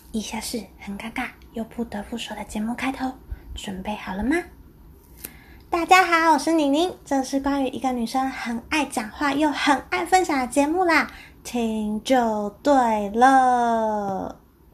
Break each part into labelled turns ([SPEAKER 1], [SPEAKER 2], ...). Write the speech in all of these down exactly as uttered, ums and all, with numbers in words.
[SPEAKER 1] 以下是很尴尬又不得不说的节目开头，准备好了吗？大家好，我是宁宁，这是关于一个女生很爱讲话又很爱分享的节目啦，听就对了。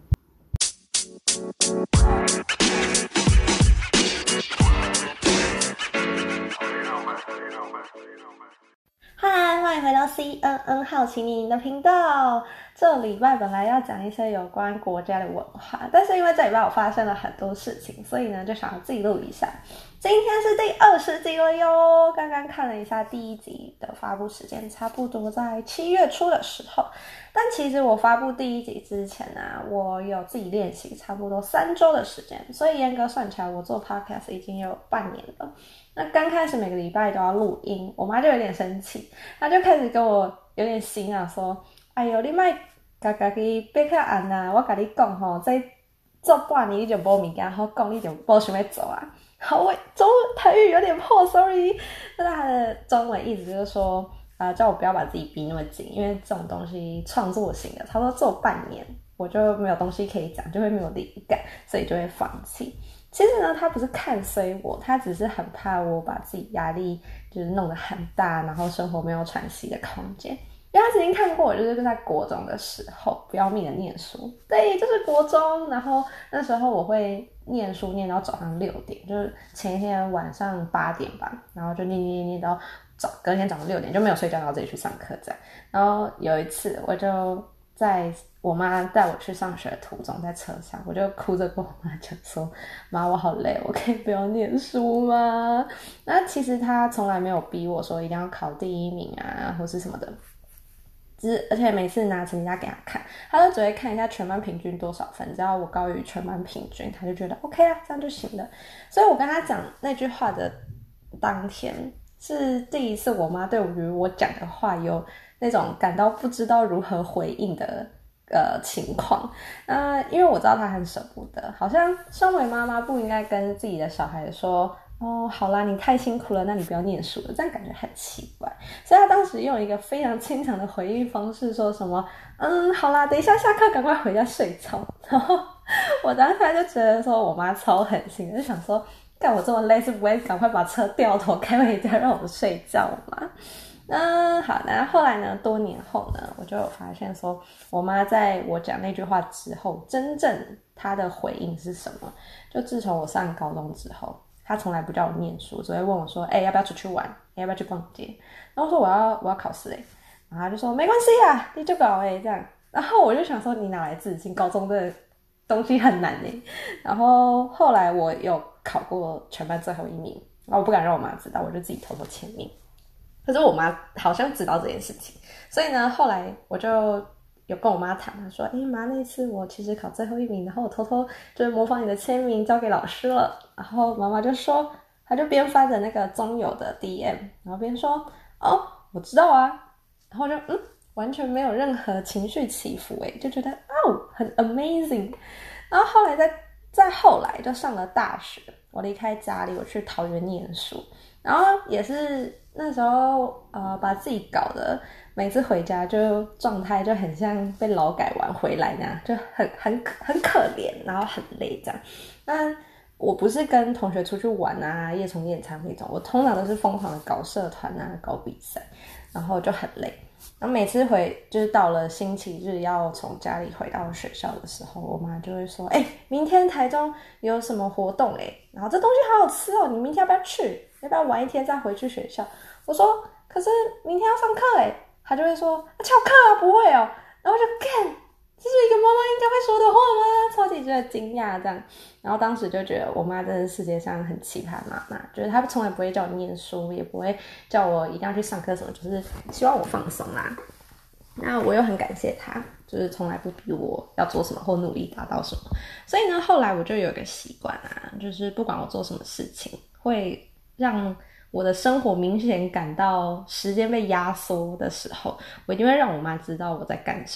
[SPEAKER 1] 嗨，欢迎回到 C N N 好奇宁宁的频道。这礼拜本来要讲一些有关国家的文化，但是因为这礼拜我发生了很多事情，所以呢就想要记录一下。今天是第二十集了哟，刚刚看了一下第一集的发布时间，差不多在七月初的时候。但其实我发布第一集之前啊，我有自己练习差不多三周的时间，所以严格算起来，我做 podcast 已经有半年了。那刚开始每个礼拜都要录音，我妈就有点生气，她就开始跟我有点心啊，说：“哎呦，你莫家家己别较按啊，我跟你讲吼，在做半年你就无物件好讲，你就无想要做啊。”好，我中文台语有点破 ，sorry。那她的中文意思就是说，啊、呃，叫我不要把自己逼那么紧，因为这种东西创作型的，差不多做半年，我就没有东西可以讲，就会没有灵感，所以就会放弃。其实呢，他不是看衰我，他只是很怕我把自己压力就是弄得很大，然后生活没有喘息的空间。因为他曾经看过我，就是在国中的时候不要命的念书，对，就是国中，然后那时候我会念书念到早上六点，就是前一天晚上八点吧，然后就念念念念到早隔天早上六点就没有睡觉，然后自己去上课这样。然后有一次我就在我妈带我去上学的途中，在车上，我就哭着跟我妈讲说：“妈，我好累，我可以不要念书吗？”那其实她从来没有逼我说一定要考第一名啊，或是什么的。只是而且每次拿成绩单给他看，他都只会看一下全班平均多少分，只要我高于全班平均，他就觉得 OK 啦，这样就行了。所以我跟他讲那句话的当天，是第一次我妈对于我讲的话有那种感到不知道如何回应的呃情况。那因为我知道她很舍不得，好像身为妈妈不应该跟自己的小孩说。哦，好啦，你太辛苦了，那你不要念书了，这样感觉很奇怪。所以他当时用一个非常清强的回应方式，说什么，嗯，好啦，等一下下课赶快回家睡觉。然后我当时就觉得说我妈超狠心的，就想说，干我这么累是不会赶快把车掉头开回家让我睡觉吗？嗯，好，然后后来呢，多年后呢，我就有发现说，我妈在我讲那句话之后，真正她的回应是什么？就自从我上高中之后。他从来不叫我念书，只会问我说：“哎、欸，要不要出去玩？欸、要不要去逛街？”然后我说：“我要我要考试哎。”然后他就说：“没关系啊，你就搞哎这样。”然后我就想说：“你哪来自信？高中的东西很难哎。”然后后来我有考过全班最后一名，然后我不敢让我妈知道，我就自己偷偷签名。可是我妈好像知道这件事情，所以呢，后来我就。有跟我妈谈，她说：“哎、欸、妈，那次我其实考最后一名，然后我偷偷就是模仿你的签名交给老师了。”然后妈妈就说，她就边翻着那个中友的 D M， 然后边说：“哦，我知道啊。”然后就嗯，完全没有任何情绪起伏，哎，就觉得哦，很 amazing。然后后来在再后来就上了大学，我离开家里，我去桃园念书，然后也是那时候呃把自己搞得。每次回家就状态就很像被劳改完回来那样，就很很很可怜，然后很累这样。那我不是跟同学出去玩啊、夜冲夜唱那种，我通常都是疯狂的搞社团啊、搞比赛，然后就很累。然后每次回就是到了星期日要从家里回到学校的时候，我妈就会说：“哎、欸，明天台中有什么活动哎、欸，然后这东西好好吃哦，你明天要不要去？要不要晚一天再回去学校？”我说：“可是明天要上课哎、欸。”他就会说啊，翘课啊，不会哦。然后我就看，这是一个妈妈应该会说的话吗？超级觉得惊讶这样。然后当时就觉得我妈真的是世界上很奇葩妈妈，就是她从来不会叫我念书，也不会叫我一定要去上课什么，就是希望我放松啦。那我又很感谢她，就是从来不逼我要做什么或努力达到什么。所以呢，后来我就有一个习惯啊，就是不管我做什么事情，会让。我的生活明显感到时间被压缩的时候，我一定会让我妈知道我在干什么。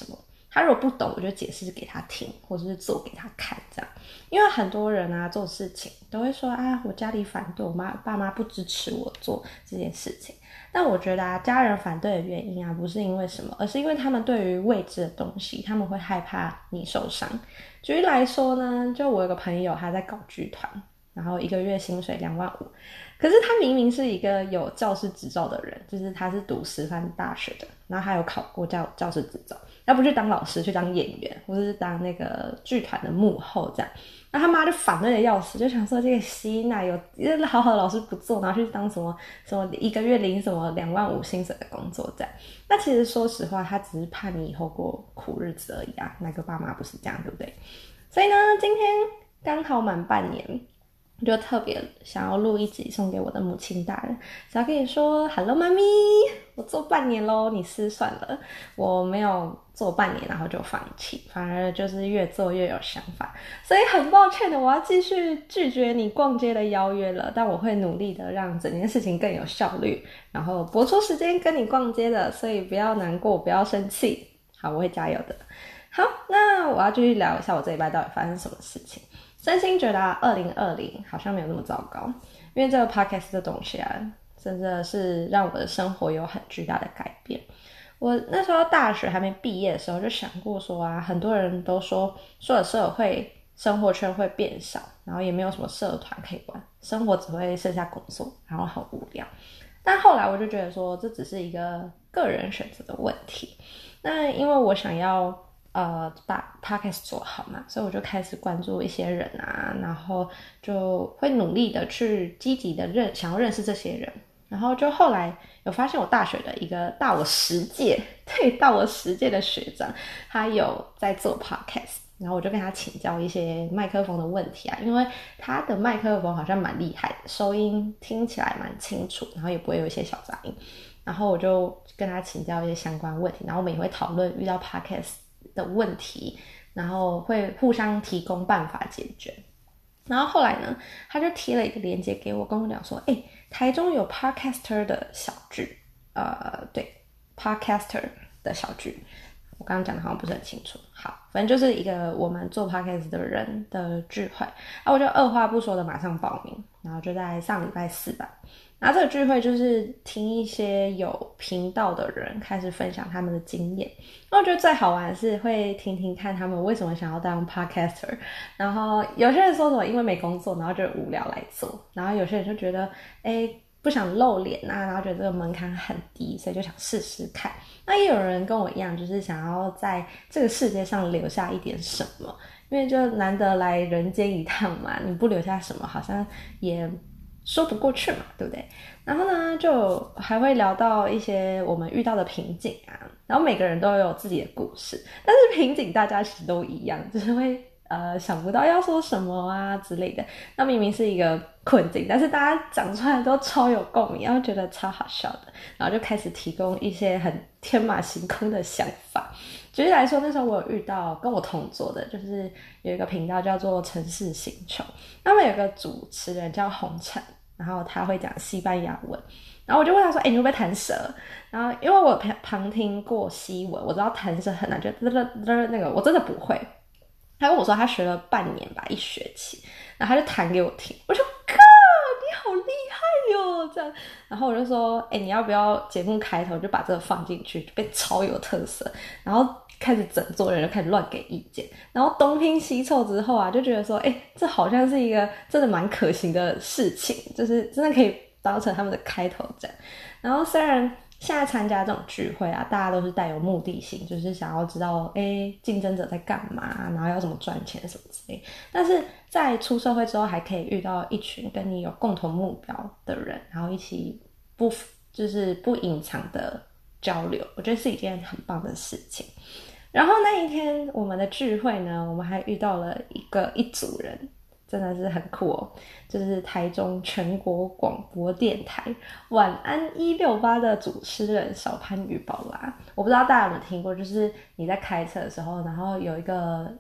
[SPEAKER 1] 他如果不懂，我就解释给他听，或者是做给他看这样。因为很多人啊做事情都会说啊，我家里反对，我妈爸妈不支持我做这件事情。但我觉得啊，家人反对的原因啊，不是因为什么，而是因为他们对于未知的东西，他们会害怕你受伤。举例来说呢，就我有个朋友，他在搞剧团，然后一个月薪水两万五，可是他明明是一个有教师执照的人，就是他是读师范大学的，然后他有考过教教师执照，他不去当老师，去当演员，或者是当那个剧团的幕后这样。那他妈就反对的要死，就想说这个吸奶有好好的老师不做，然后去当什么什么一个月领什么两万五薪水的工作这样。那其实说实话，他只是怕你以后过苦日子而已啊，哪个爸妈不是这样，对不对？所以呢，今天刚好满半年，我就特别想要录一集送给我的母亲大人，想要跟你说 Hello 妈咪，我做半年咯，你失算了。我没有做半年然后就放弃，反而就是越做越有想法，所以很抱歉的，我要继续拒绝你逛街的邀约了，但我会努力的让整件事情更有效率，然后拨出时间跟你逛街的，所以不要难过，不要生气，好，我会加油的。好，那我要继续聊一下我这礼拜到底发生什么事情。真心觉得啊二零二零好像没有那么糟糕，因为这个 podcast 的东西啊，真的是让我的生活有很巨大的改变。我那时候大学还没毕业的时候就想过说啊，很多人都说出了社会生活圈会变少，然后也没有什么社团可以玩，生活只会剩下工作，然后很无聊。但后来我就觉得说这只是一个个人选择的问题，那因为我想要呃把 podcast 做好嘛，所以我就开始关注一些人啊，然后就会努力的去积极的认想要认识这些人，然后就后来有发现我大学的一个大我十届对大我十届的学长，他有在做 podcast， 然后我就跟他请教一些麦克风的问题啊，因为他的麦克风好像蛮厉害的，收音听起来蛮清楚，然后也不会有一些小杂音，然后我就跟他请教一些相关问题，然后我们也会讨论遇到 podcast的问题，然后会互相提供办法解决。然后后来呢，他就贴了一个链接给我，跟我讲说，哎、欸，台中有 podcaster 的小聚，呃，对 podcaster 的小聚，我刚刚讲的好像不是很清楚。好，反正就是一个我们做 podcast 的人的聚会，啊，我就二话不说的马上报名，然后就在上礼拜四吧。然后这个聚会就是听一些有频道的人开始分享他们的经验，那我觉得最好玩的是会听听看他们为什么想要当 podcaster， 然后有些人说什么因为没工作然后就无聊来做，然后有些人就觉得诶不想露脸啊，然后觉得这个门槛很低，所以就想试试看。那也有人跟我一样，就是想要在这个世界上留下一点什么，因为就难得来人间一趟嘛，你不留下什么好像也说不过去嘛，对不对？然后呢，就还会聊到一些我们遇到的瓶颈啊，然后每个人都有自己的故事，但是瓶颈大家其实都一样，就是会呃想不到要说什么啊之类的。那明明是一个困境，但是大家讲出来都超有共鸣，然后觉得超好笑的，然后就开始提供一些很天马行空的想法。举例来说，那时候我有遇到跟我同桌的，就是有一个频道叫做城市星球，他们有个主持人叫红尘，然后他会讲西班牙文，然后我就问他说，哎、欸，你会不会弹舌？然后因为我旁听过西文，我知道弹舌很难，就那个我真的不会。他跟我说他学了半年吧，一学期，然后他就弹给我听，我就靠，你好厉害哟，这样。然后我就说，哎、欸，你要不要节目开头就把这个放进去，就变超有特色。然后开始整桌人就开始乱给意见，然后东拼西凑之后啊，就觉得说，哎、欸，这好像是一个真的蛮可行的事情，就是真的可以当成他们的开头这样。然后虽然现在参加这种聚会啊，大家都是带有目的性，就是想要知道诶竞争者在干嘛，然后要怎么赚钱什么之类，但是在出社会之后还可以遇到一群跟你有共同目标的人，然后一起不就是不隐藏的交流，我觉得是一件很棒的事情。然后那一天我们的聚会呢，我们还遇到了一个一组人，真的是很酷哦，就是台中全国广播电台晚安一六八的主持人小潘与宝拉。我不知道大家有没有听过，就是你在开车的时候，然后有一个诶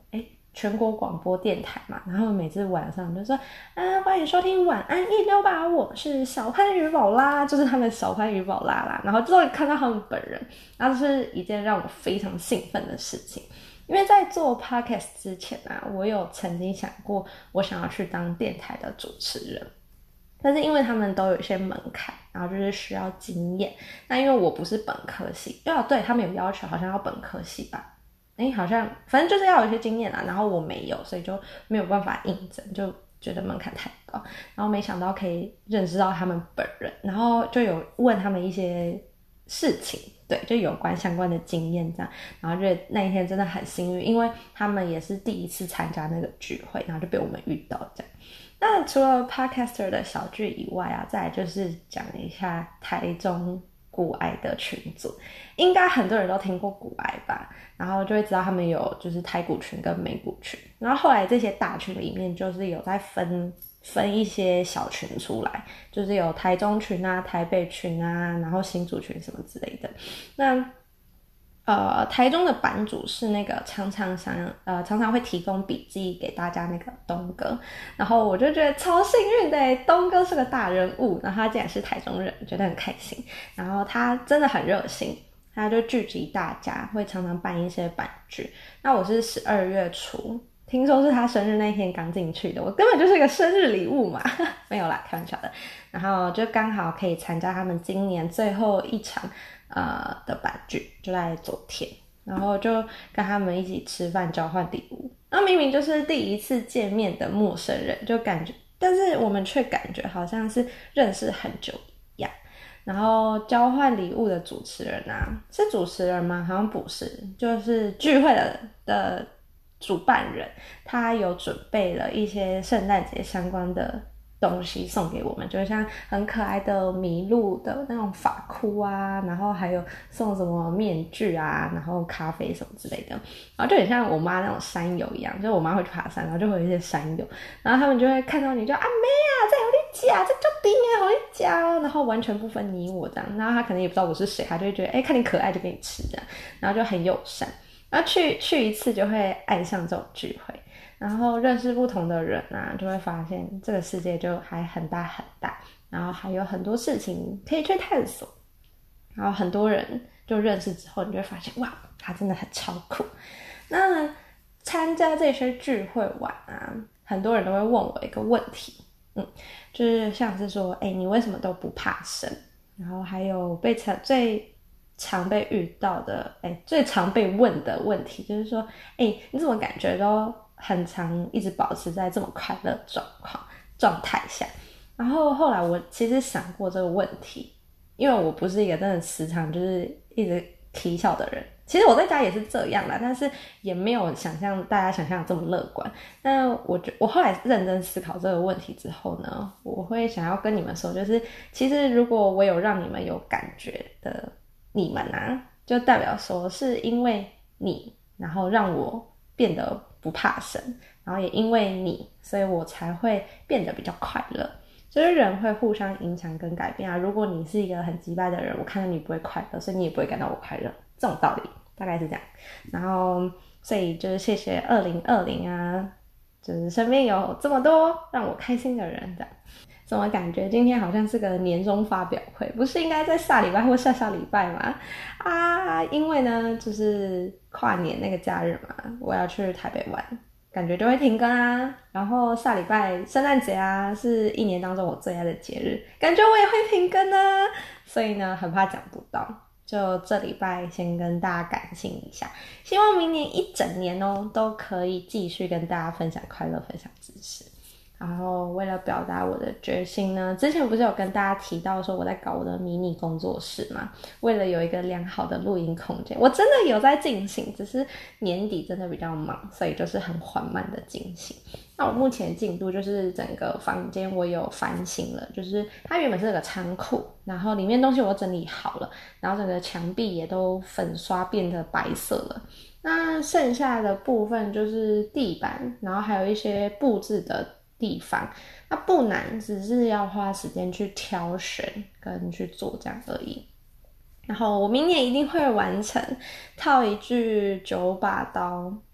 [SPEAKER 1] 全国广播电台嘛，然后每次晚上就说啊，欢迎收听晚安一六八，我是小潘与宝拉，就是他们小潘与宝拉啦，然后终于看到他们本人，然后这是一件让我非常兴奋的事情。因为在做 podcast 之前啊，我有曾经想过我想要去当电台的主持人，但是因为他们都有一些门槛，然后就是需要经验，那因为我不是本科系，哦对，他们有要求好像要本科系吧，哎，好像反正就是要有一些经验啦，然后我没有，所以就没有办法应征，就觉得门槛太高，然后没想到可以认识到他们本人，然后就有问他们一些事情，对，就有关相关的经验这样，然后就那一天真的很幸运，因为他们也是第一次参加那个聚会，然后就被我们遇到这样。那除了 podcaster 的小聚以外啊，再来就是讲一下台中股癌的群组，应该很多人都听过股癌吧，然后就会知道他们有就是台股群跟美股群，然后后来这些大群里面就是有在分分一些小群出来，就是有台中群啊、台北群啊，然后新竹群什么之类的。那呃，台中的版主是那个常常想呃常常会提供笔记给大家那个东哥，然后我就觉得超幸运的耶，东哥是个大人物，然后他竟然是台中人，觉得很开心。然后他真的很热心，他就聚集大家，会常常办一些版剧。那我是十二月初，听说是他生日那天刚进去的，我根本就是一个生日礼物嘛，没有啦，开玩笑的。然后就刚好可以参加他们今年最后一场呃的版剧，就在昨天，然后就跟他们一起吃饭交换礼物。那明明就是第一次见面的陌生人，就感觉，但是我们却感觉好像是认识很久一样。然后交换礼物的主持人啊，是主持人吗？好像不是，就是聚会的的主办人，他有准备了一些圣诞节相关的东西送给我们，就像很可爱的麋鹿的那种发箍啊，然后还有送什么面具啊，然后咖啡什么之类的，然后就很像我妈那种山友一样，就是我妈会去爬山，然后就会有一些山友，然后他们就会看到你就啊妹啊，这有你假，这就顶啊，好你假哦，然后完全不分你我这样，然后他可能也不知道我是谁，他就会觉得哎、欸、看你可爱就给你吃这样，然后就很友善，然后去去一次就会爱上这种聚会。然后认识不同的人啊，就会发现这个世界就还很大很大，然后还有很多事情可以去探索，然后很多人就认识之后，你就会发现哇，他真的很超酷。那参加这些聚会玩啊，很多人都会问我一个问题，嗯，就是像是说，哎，你为什么都不怕生？然后还有被常最常被遇到的，哎，最常被问的问题就是说，哎，你怎么感觉都很常一直保持在这么快乐状况状态下？然后后来我其实想过这个问题，因为我不是一个真的时常就是一直啼笑的人，其实我在家也是这样啦，但是也没有想象大家想象的这么乐观。但我觉我后来认真思考这个问题之后呢，我会想要跟你们说，就是其实如果我有让你们有感觉的你们啊，就代表说是因为你，然后让我变得不怕生，然后也因为你，所以我才会变得比较快乐。就是人会互相影响跟改变啊。如果你是一个很击败的人，我看到你不会快乐，所以你也不会感到我快乐。这种道理大概是这样。然后，所以就是谢谢二零二零啊，就是身边有这么多让我开心的人这样。怎么感觉今天好像是个年终发表会？不是应该在下礼拜或下下礼拜吗？啊，因为呢，就是跨年那个假日嘛，我要去台北玩，感觉就会停更啊。然后下礼拜圣诞节啊，是一年当中我最爱的节日，感觉我也会停更啊。所以呢，很怕讲不到，就这礼拜先跟大家感性一下，希望明年一整年哦，都可以继续跟大家分享快乐，分享知识。然后为了表达我的决心呢，之前不是有跟大家提到说我在搞我的迷你工作室嘛，为了有一个良好的录音空间，我真的有在进行，只是年底真的比较忙，所以就是很缓慢的进行。那我目前进度就是整个房间我有翻新了，就是它原本是个仓库，然后里面东西我整理好了，然后整个墙壁也都粉刷变得白色了。那剩下的部分就是地板，然后还有一些布置的地方，那不难，只是要花时间去挑选跟去做这样而已。然后我明年一定会完成套一具九把刀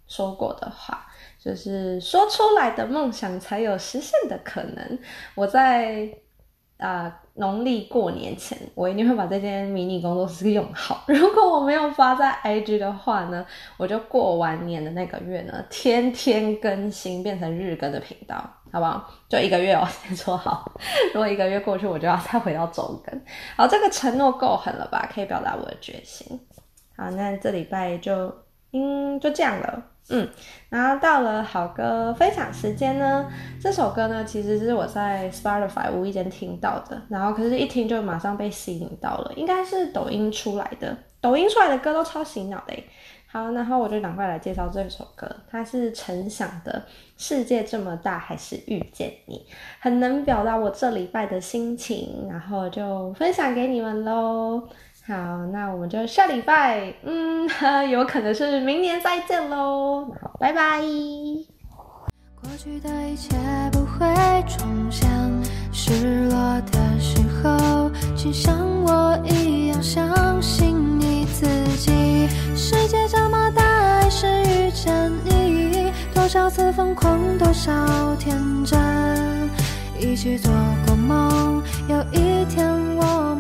[SPEAKER 1] 说过的话，就是说出来的梦想才有实现的可能。我在呃农历过年前，我一定会把这间迷你工作室用好。如果我没有发在 I G 的话呢，我就过完年的那个月呢，天天更新，变成日更的频道，好不好？就一个月哦，先说好。如果一个月过去，我就要再回到周更。好，这个承诺够狠了吧？可以表达我的决心。好，那这礼拜就嗯就这样了。嗯，然后到了好歌分享时间呢，这首歌呢其实是我在 Spotify 无意间听到的，然后可是一听就马上被吸引到了，应该是抖音出来的，抖音出来的歌都超洗脑的耶。好，然后我就赶快来介绍这首歌，它是陈响的《世界这么大还是遇见你》，很能表达我这礼拜的心情，然后就分享给你们咯。好，那我们就下礼拜，嗯，有可能是明年再见咯。好，拜拜。
[SPEAKER 2] 过去的一切不会重现，失落的时候，请像我一样相信你自己。世界这么大，还是遇见你，多少次疯狂，多少天真，一起做过梦，有一天我